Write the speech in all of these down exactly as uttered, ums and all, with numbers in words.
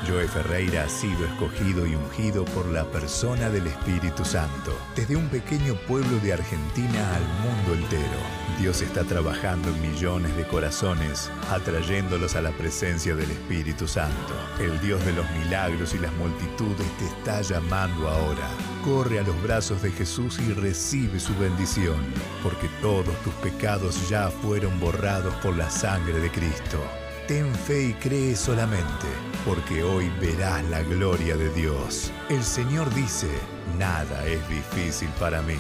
Joe Ferreira ha sido escogido y ungido por la persona del Espíritu Santo. Desde un pequeño pueblo de Argentina al mundo entero, Dios está trabajando en millones de corazones, atrayéndolos a la presencia del Espíritu Santo. El Dios de los milagros y las multitudes te está llamando ahora. Corre a los brazos de Jesús y recibe su bendición, porque todos tus pecados ya fueron borrados por la sangre de Cristo. Ten fe y cree solamente, porque hoy verás la gloria de Dios. El Señor dice, nada es difícil para mí.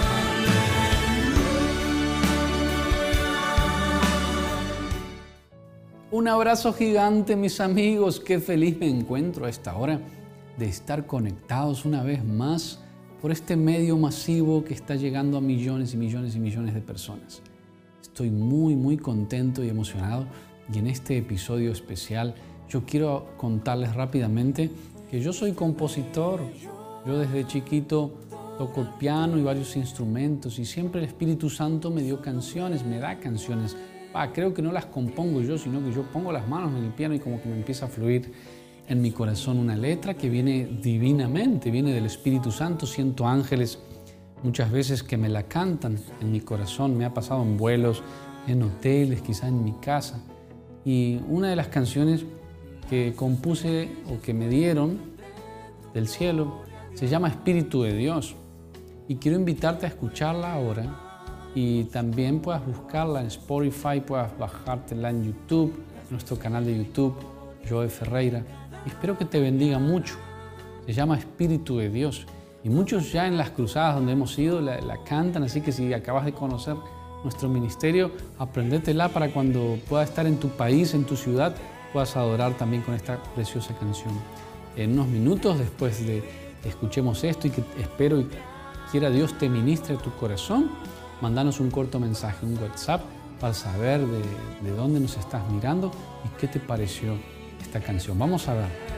Un abrazo gigante, mis amigos. Qué feliz me encuentro a esta hora de estar conectados una vez más por este medio masivo que está llegando a millones y millones y millones de personas. Estoy muy, muy contento y emocionado. Y en este episodio especial yo quiero contarles rápidamente que yo soy compositor. Yo desde chiquito toco el piano y varios instrumentos y siempre el Espíritu Santo me dio canciones, me da canciones. Ah, creo que no las compongo yo, sino que yo pongo las manos en el piano y como que me empieza a fluir en mi corazón una letra que viene divinamente, viene del Espíritu Santo. Siento ángeles muchas veces que me la cantan en mi corazón. Me ha pasado en vuelos, en hoteles, quizás en mi casa. Y una de las canciones que compuse o que me dieron del cielo se llama Espíritu de Dios. Y quiero invitarte a escucharla ahora y también puedas buscarla en Spotify, puedas bajártela en YouTube, nuestro canal de YouTube, Joe Ferreira. Y espero que te bendiga mucho. Se llama Espíritu de Dios. Y muchos ya en las cruzadas donde hemos ido la, la cantan, así que si acabas de conocer nuestro ministerio, aprendétela para cuando pueda estar en tu país, en tu ciudad, puedas adorar también con esta preciosa canción. En unos minutos, después de que escuchemos esto y que espero y quiera Dios te ministre tu corazón, mándanos un corto mensaje, un WhatsApp, para saber de, de dónde nos estás mirando y qué te pareció esta canción. Vamos a ver.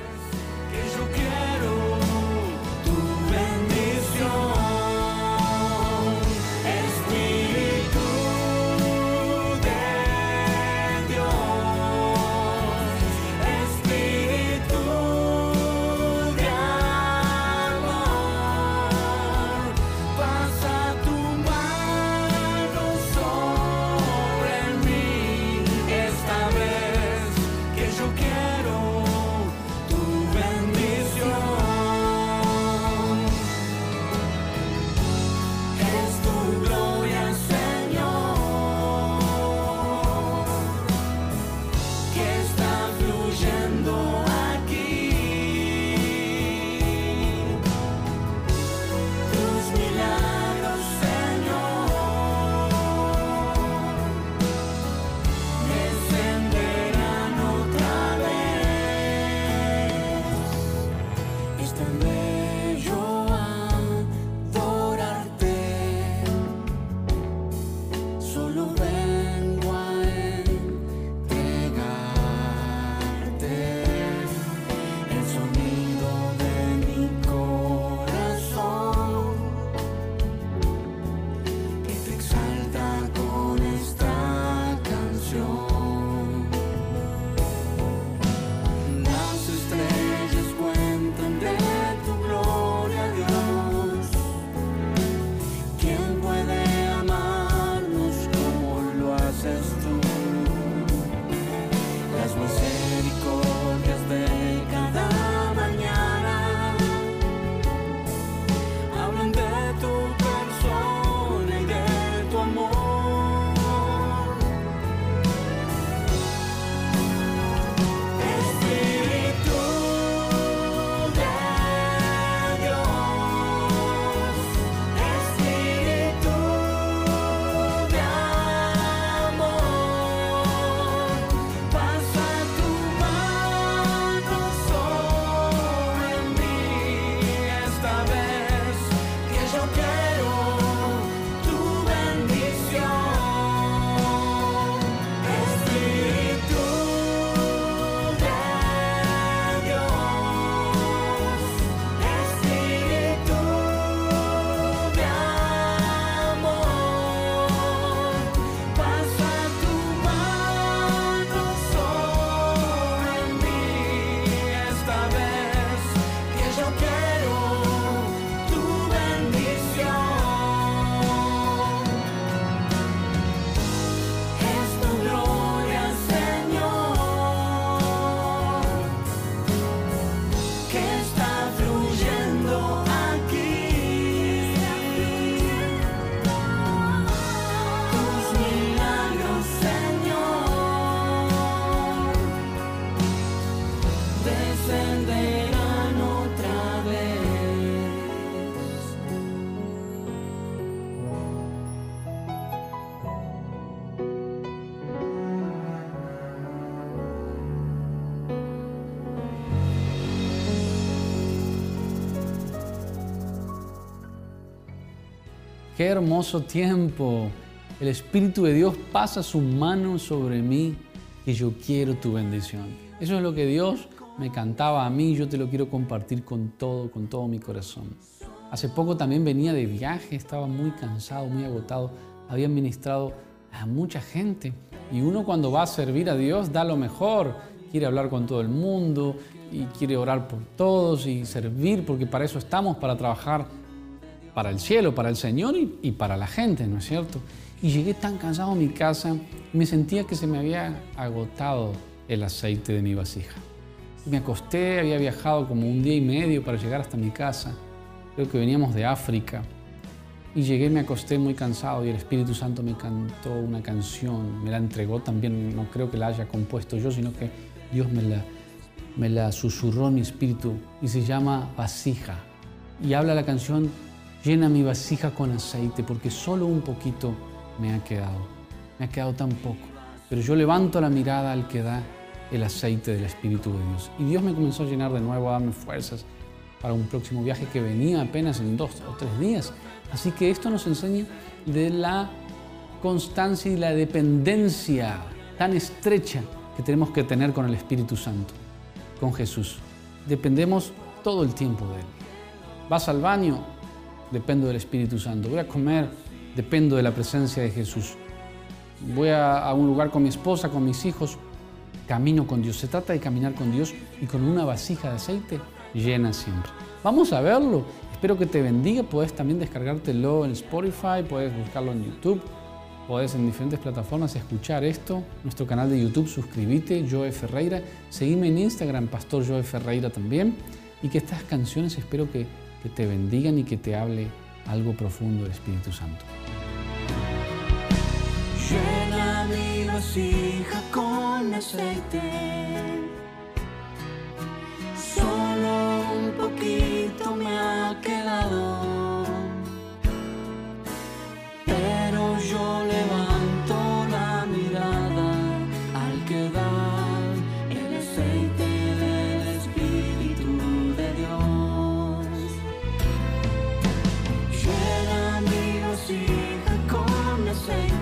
¡Qué hermoso tiempo! El Espíritu de Dios pasa su mano sobre mí y yo quiero tu bendición. Eso es lo que Dios me cantaba a mí, yo te lo quiero compartir con todo, con todo mi corazón. Hace poco también venía de viaje, estaba muy cansado, muy agotado. Había ministrado a mucha gente y uno cuando va a servir a Dios da lo mejor. Quiere hablar con todo el mundo y quiere orar por todos y servir, porque para eso estamos, para trabajar para el cielo, para el Señor y, y para la gente, ¿no es cierto? Y llegué tan cansado a mi casa y me sentía que se me había agotado el aceite de mi vasija. Me acosté, había viajado como un día y medio para llegar hasta mi casa. Creo que veníamos de África. Y llegué, me acosté muy cansado y el Espíritu Santo me cantó una canción, me la entregó también, no creo que la haya compuesto yo, sino que Dios me la, me la susurró en mi espíritu y se llama Vasija. Y habla la canción, llena mi vasija con aceite porque solo un poquito me ha quedado, me ha quedado tan poco. Pero yo levanto la mirada al que da el aceite del Espíritu de Dios. Y Dios me comenzó a llenar de nuevo, a darme fuerzas para un próximo viaje que venía apenas en dos o tres días. Así que esto nos enseña de la constancia y la dependencia tan estrecha que tenemos que tener con el Espíritu Santo, con Jesús. Dependemos todo el tiempo de Él. Vas al baño, dependo del Espíritu Santo. Voy a comer, dependo de la presencia de Jesús. Voy a, a un lugar con mi esposa, con mis hijos, camino con Dios. Se trata de caminar con Dios y con una vasija de aceite llena siempre. Vamos a verlo. Espero que te bendiga. Puedes también descargártelo en Spotify, puedes buscarlo en YouTube, puedes en diferentes plataformas escuchar esto. Nuestro canal de YouTube, suscríbete, Joe Ferreira. Seguime en Instagram, Pastor Joe Ferreira también. Y que estas canciones espero que, que te bendigan y que te hable algo profundo del Espíritu Santo. Llena mi vasija con aceite, solo un poquito me ha quedado, pero yo levanto la mirada al que da el aceite del Espíritu de Dios. Llena mi vasija con aceite,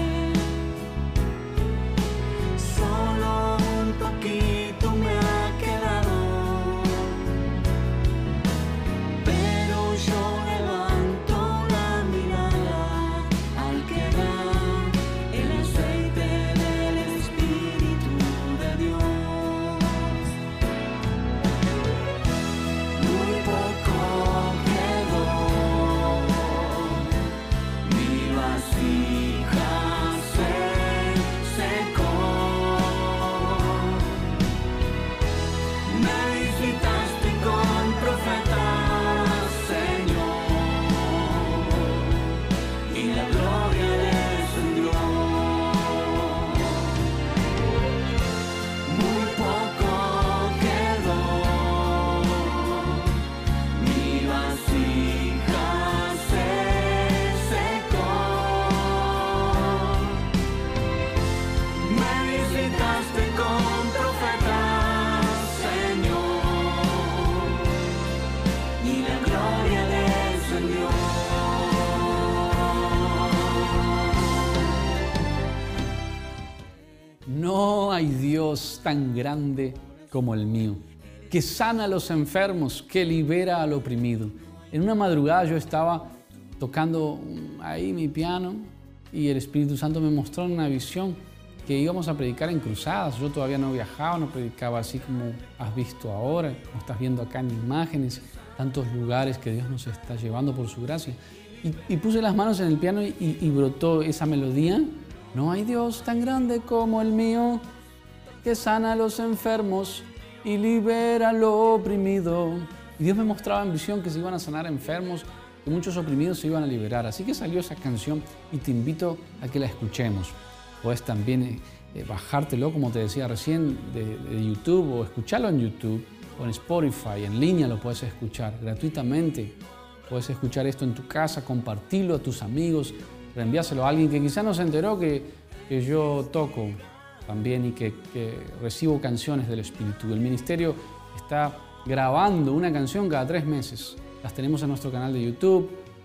No hay Dios tan grande como el mío, que sana a los enfermos, que libera al oprimido. En una madrugada yo estaba tocando ahí mi piano y el Espíritu Santo me mostró en una visión que íbamos a predicar en cruzadas. Yo todavía no viajaba, no predicaba así como has visto ahora, como estás viendo acá en imágenes, tantos lugares que Dios nos está llevando por su gracia. Y, y puse las manos en el piano y, y brotó esa melodía. No hay Dios tan grande como el mío, que sana a los enfermos y libera al oprimido. Y Dios me mostraba en visión que se iban a sanar enfermos, que muchos oprimidos se iban a liberar. Así que salió esa canción y te invito a que la escuchemos. Puedes también eh, bajártelo, como te decía recién, de, de YouTube o escucharlo en YouTube o en Spotify, en línea lo puedes escuchar gratuitamente. Puedes escuchar esto en tu casa, compartirlo a tus amigos, reenviárselo a alguien que quizá no se enteró que, que yo toco también y que, que recibo canciones del Espíritu. El ministerio está grabando una canción cada tres meses. Las tenemos en nuestro canal de YouTube,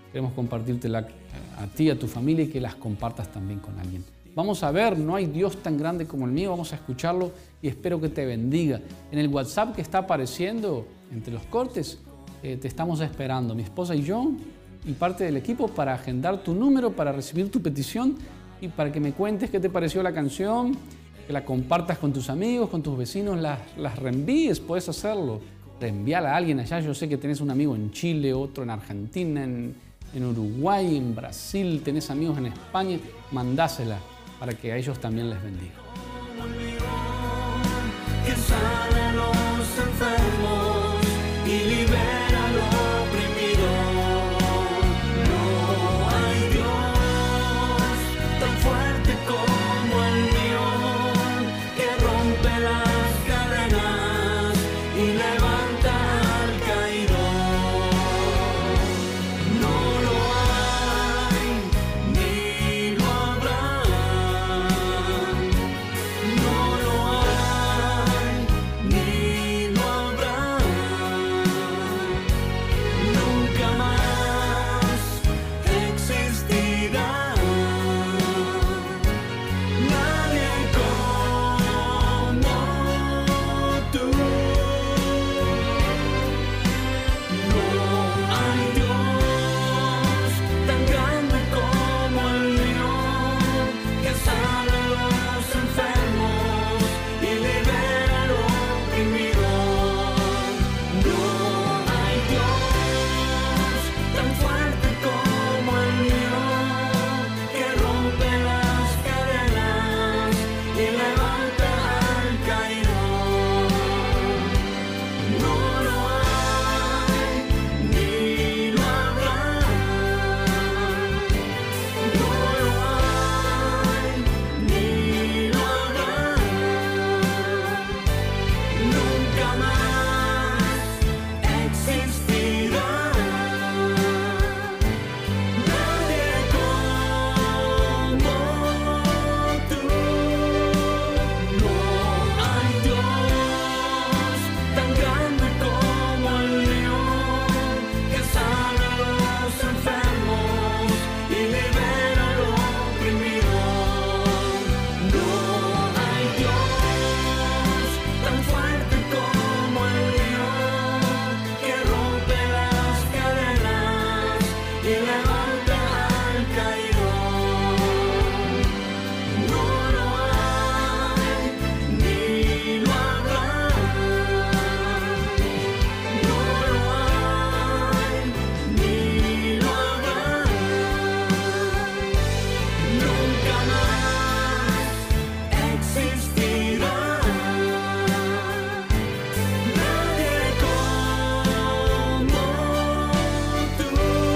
queremos compartírtela a ti, a tu familia y que las compartas también con alguien. Vamos a ver, no hay Dios tan grande como el mío, vamos a escucharlo y espero que te bendiga. En el WhatsApp que está apareciendo entre los cortes, eh, te estamos esperando, mi esposa y yo, y parte del equipo, para agendar tu número, para recibir tu petición y para que me cuentes qué te pareció la canción, que la compartas con tus amigos, con tus vecinos, las, las reenvíes, puedes hacerlo. Reenvíala a alguien allá, yo sé que tenés un amigo en Chile, otro en Argentina, en, en Uruguay, en Brasil, tenés amigos en España, mandásela para que a ellos también les bendiga. Que sana a los enfermos y libera al oprimido. No hay Dios tan fuerte como el mío, que rompe las cadenas y levanta al caído. No lo hay, ni lo habrá. No lo hay, ni lo habrá. Nunca más existirá nadie como tú. No hay Dios tan grande como el mío, que sana a los enfermos y libera al oprimido. No hay Dios tan fuerte como el mío, que rompe las cadenas y levanta al caído. No lo hay, ni lo habrá. No lo hay, ni lo habrá. Nunca más existirá nadie como tú. No hay Dios tan grande como el mío, que sana a los enfermos y libera al oprimido. No hay Dios tan fuerte como el mío, que rompe las cadenas y levanta al caído. No lo hay, ni lo habrá. No lo hay, ni lo habrá. Nunca más existirá nadie como tú.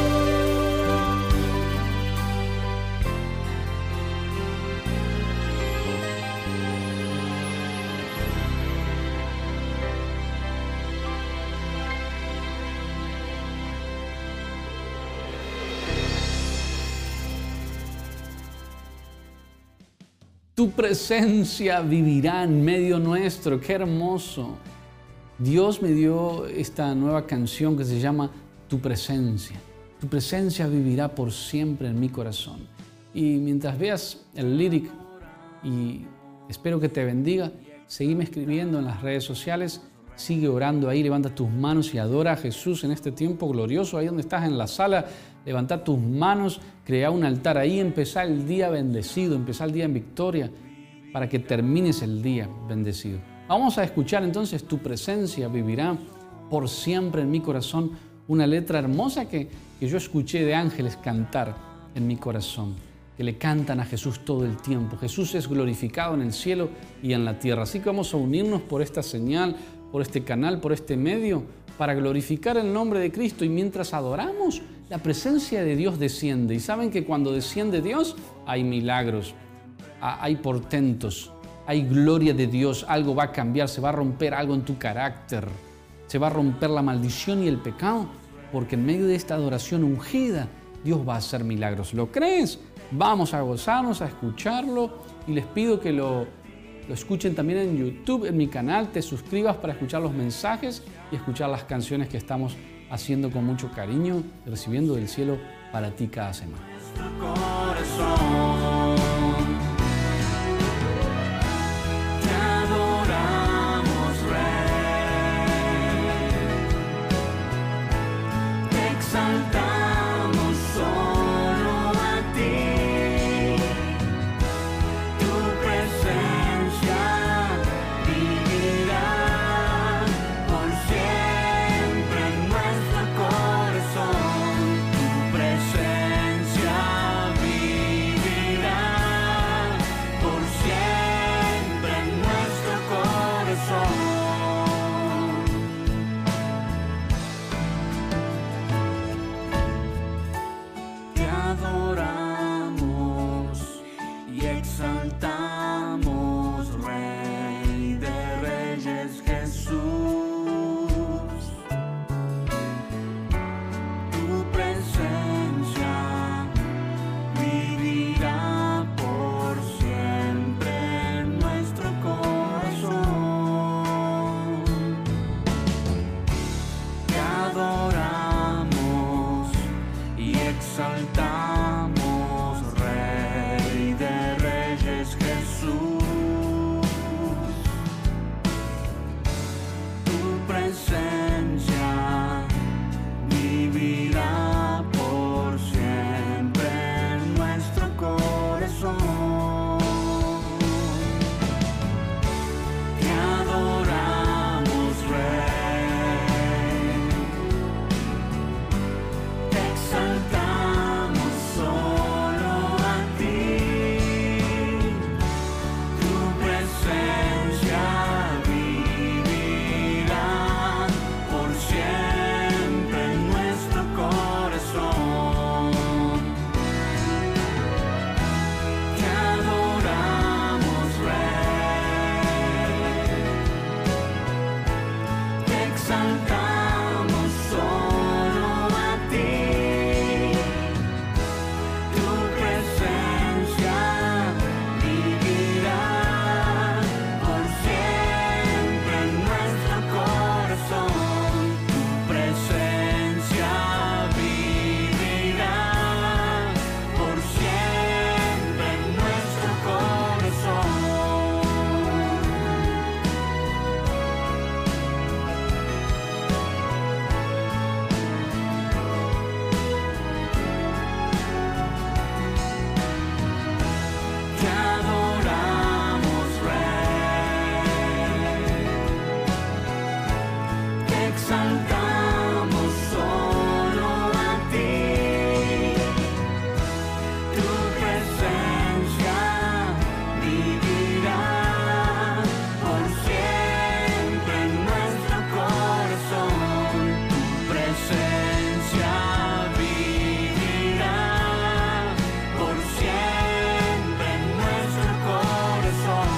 Tu presencia vivirá en medio nuestro. ¡Qué hermoso! Dios me dio esta nueva canción que se llama Tu presencia. Tu presencia vivirá por siempre en mi corazón. Y mientras veas el lyric, y espero que te bendiga, seguime escribiendo en las redes sociales, sigue orando ahí, levanta tus manos y adora a Jesús en este tiempo glorioso. Ahí donde estás en la sala, levanta tus manos, crea un altar ahí, empezá el día bendecido, empezá el día en victoria para que termines el día bendecido. Vamos a escuchar entonces Tu presencia vivirá por siempre en mi corazón, una letra hermosa que, que yo escuché de ángeles cantar en mi corazón, que le cantan a Jesús todo el tiempo. Jesús es glorificado en el cielo y en la tierra. Así que vamos a unirnos por esta señal, por este canal, por este medio, para glorificar el nombre de Cristo. Y mientras adoramos, la presencia de Dios desciende. Y saben que cuando desciende Dios, hay milagros, hay portentos, hay gloria de Dios. Algo va a cambiar, se va a romper algo en tu carácter. Se va a romper la maldición y el pecado, porque en medio de esta adoración ungida, Dios va a hacer milagros. ¿Lo crees? Vamos a gozarnos, a escucharlo, y les pido que lo, lo escuchen también en YouTube, en mi canal. Te suscribas para escuchar los mensajes y escuchar las canciones que estamos haciendo con mucho cariño, recibiendo del cielo para ti cada semana. Corazón, te adoramos, Rey, te exaltamos solo a ti, tu presencia vivirá por siempre en nuestro corazón, tu presencia vivirá por siempre en nuestro corazón. Te adoramos y exaltamos, Rey de Reyes Jesús. Tu presencia vivirá por siempre en nuestro corazón. Te adoramos y exaltamos, Rey de Reyes Jesús. Tu presencia vivirá por siempre en nuestro corazón. Te adoramos, Rey, te exaltamos solo a ti, tu presencia vivirá por siempre en nuestro corazón. Te adoramos, Rey, te exaltamos solo a ti, tu presencia vivirá por siempre en nuestro corazón, tu presencia vivirá por siempre en nuestro corazón. Te adoramos, Rey, te exaltamos solo a ti, tu presencia vivirá por siempre en nuestro corazón, tu presencia vivirá por siempre en nuestro corazón.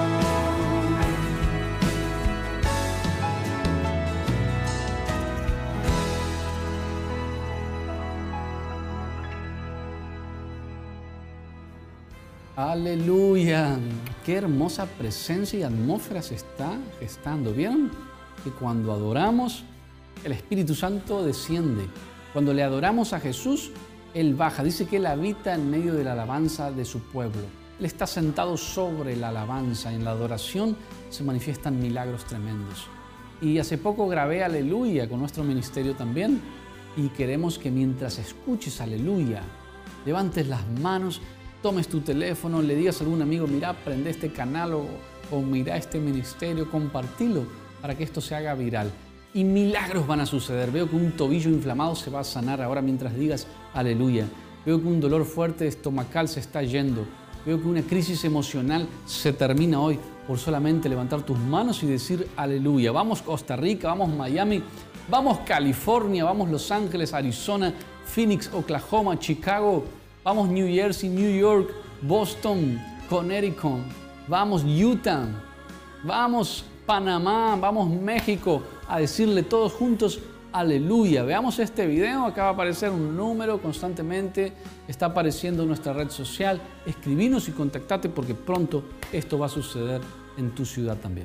Aleluya. Qué hermosa presencia y atmósfera se está gestando. ¿Vieron? Que cuando adoramos, el Espíritu Santo desciende. Cuando le adoramos a Jesús, Él baja. Dice que Él habita en medio de la alabanza de su pueblo. Él está sentado sobre la alabanza. En la adoración se manifiestan milagros tremendos. Y hace poco grabé Aleluya con nuestro ministerio también. Y queremos que mientras escuches Aleluya, levantes las manos, tomes tu teléfono, le digas a algún amigo, mira, prende este canal o, o mira este ministerio, compartilo para que esto se haga viral. Y milagros van a suceder. Veo que un tobillo inflamado se va a sanar ahora mientras digas Aleluya. Veo que un dolor fuerte estomacal se está yendo. Veo que una crisis emocional se termina hoy por solamente levantar tus manos y decir Aleluya. Vamos Costa Rica, vamos Miami, vamos California, vamos Los Ángeles, Arizona, Phoenix, Oklahoma, Chicago, vamos New Jersey, New York, Boston, Connecticut, vamos Utah, vamos Panamá, vamos México, a decirle todos juntos Aleluya. Veamos este video, acá va a aparecer un número constantemente, está apareciendo en nuestra red social. Escribinos y contactate porque pronto esto va a suceder en tu ciudad también.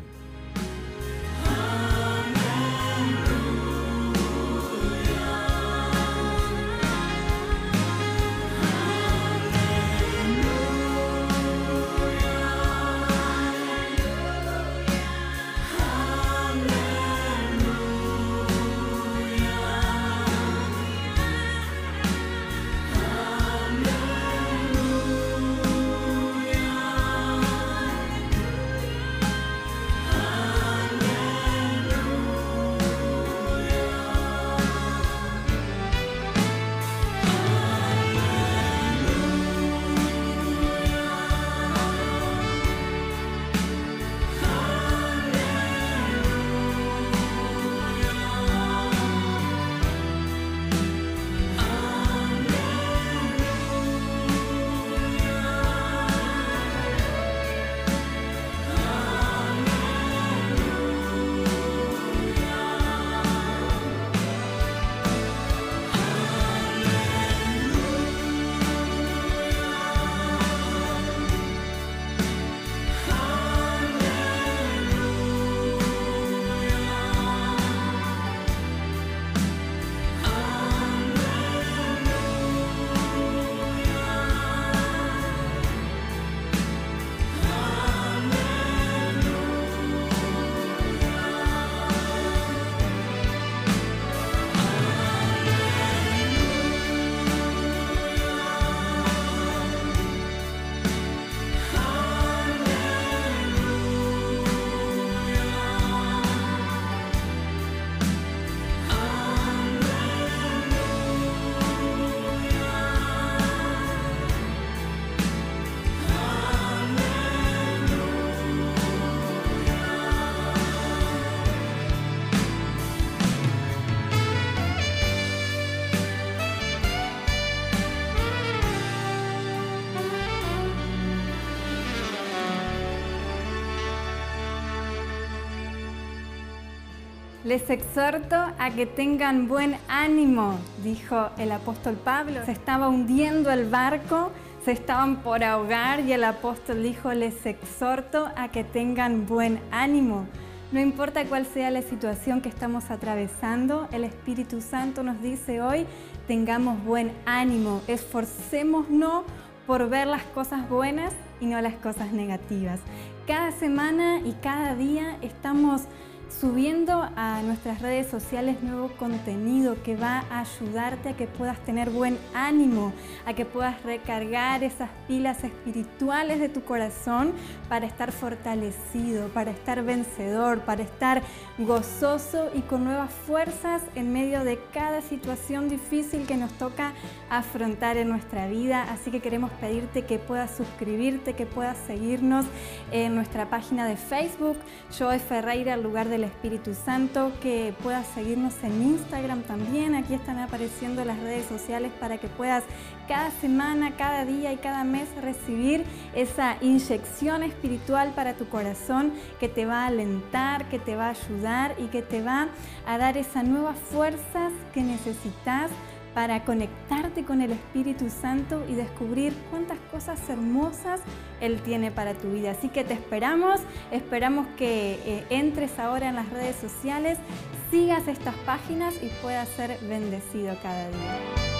Les exhorto a que tengan buen ánimo, dijo el apóstol Pablo. Se estaba hundiendo el barco, se estaban por ahogar y el apóstol dijo, les exhorto a que tengan buen ánimo. No importa cuál sea la situación que estamos atravesando, el Espíritu Santo nos dice hoy, tengamos buen ánimo, esforcémonos por ver las cosas buenas y no las cosas negativas. Cada semana y cada día estamos subiendo a nuestras redes sociales nuevo contenido que va a ayudarte a que puedas tener buen ánimo, a que puedas recargar esas pilas espirituales de tu corazón para estar fortalecido, para estar vencedor, para estar gozoso y con nuevas fuerzas en medio de cada situación difícil que nos toca afrontar en nuestra vida. Así que queremos pedirte que puedas suscribirte, que puedas seguirnos en nuestra página de Facebook, Joe Ferreira, el lugar del Espíritu Santo, que puedas seguirnos en Instagram también. Aquí están apareciendo las redes sociales para que puedas cada semana, cada día y cada mes recibir esa inyección espiritual para tu corazón que te va a alentar, que te va a ayudar y que te va a dar esas nuevas fuerzas que necesitas para conectarte con el Espíritu Santo y descubrir cuántas cosas hermosas Él tiene para tu vida. Así que te esperamos, esperamos que eh, entres ahora en las redes sociales, sigas estas páginas y puedas ser bendecido cada día.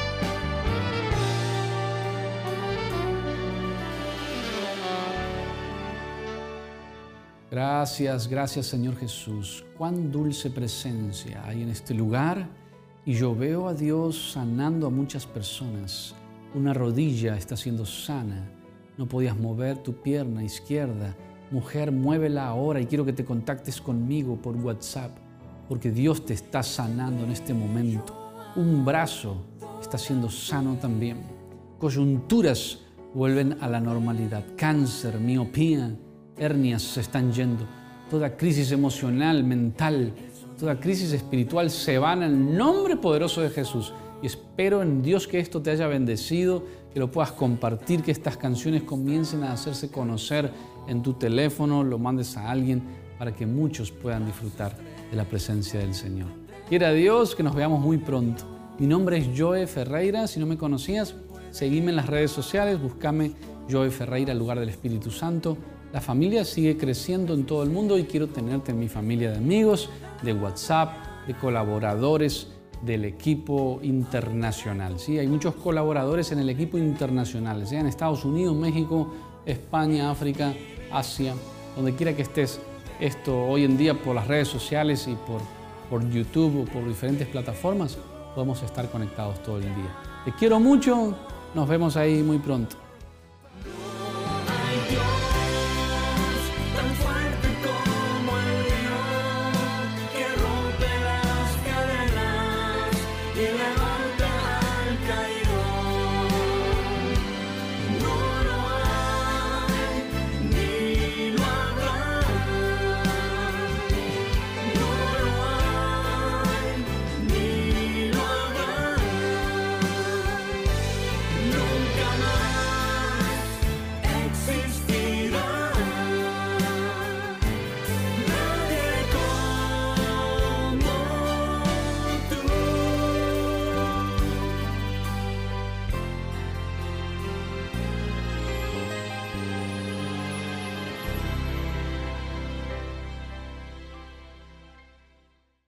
Gracias, gracias Señor Jesús. Cuán dulce presencia hay en este lugar. Y yo veo a Dios sanando a muchas personas. Una rodilla está siendo sana. No podías mover tu pierna izquierda. Mujer, muévela ahora y quiero que te contactes conmigo por WhatsApp, porque Dios te está sanando en este momento. Un brazo está siendo sano también. Coyunturas vuelven a la normalidad. Cáncer, miopía, hernias se están yendo. Toda crisis emocional, mental, toda crisis espiritual se van en el nombre poderoso de Jesús. Y espero en Dios que esto te haya bendecido, que lo puedas compartir, que estas canciones comiencen a hacerse conocer en tu teléfono, lo mandes a alguien para que muchos puedan disfrutar de la presencia del Señor. Quiera Dios que nos veamos muy pronto. Mi nombre es Joe Ferreira. Si no me conocías, seguime en las redes sociales, búscame Joe Ferreira, el lugar del Espíritu Santo. La familia sigue creciendo en todo el mundo y quiero tenerte en mi familia de amigos, de WhatsApp, de colaboradores del equipo internacional. ¿Sí? Hay muchos colaboradores en el equipo internacional, sea en Estados Unidos, México, España, África, Asia, donde quiera que estés. Esto hoy en día por las redes sociales y por, por YouTube o por diferentes plataformas podemos estar conectados todo el día. Te quiero mucho, nos vemos ahí muy pronto.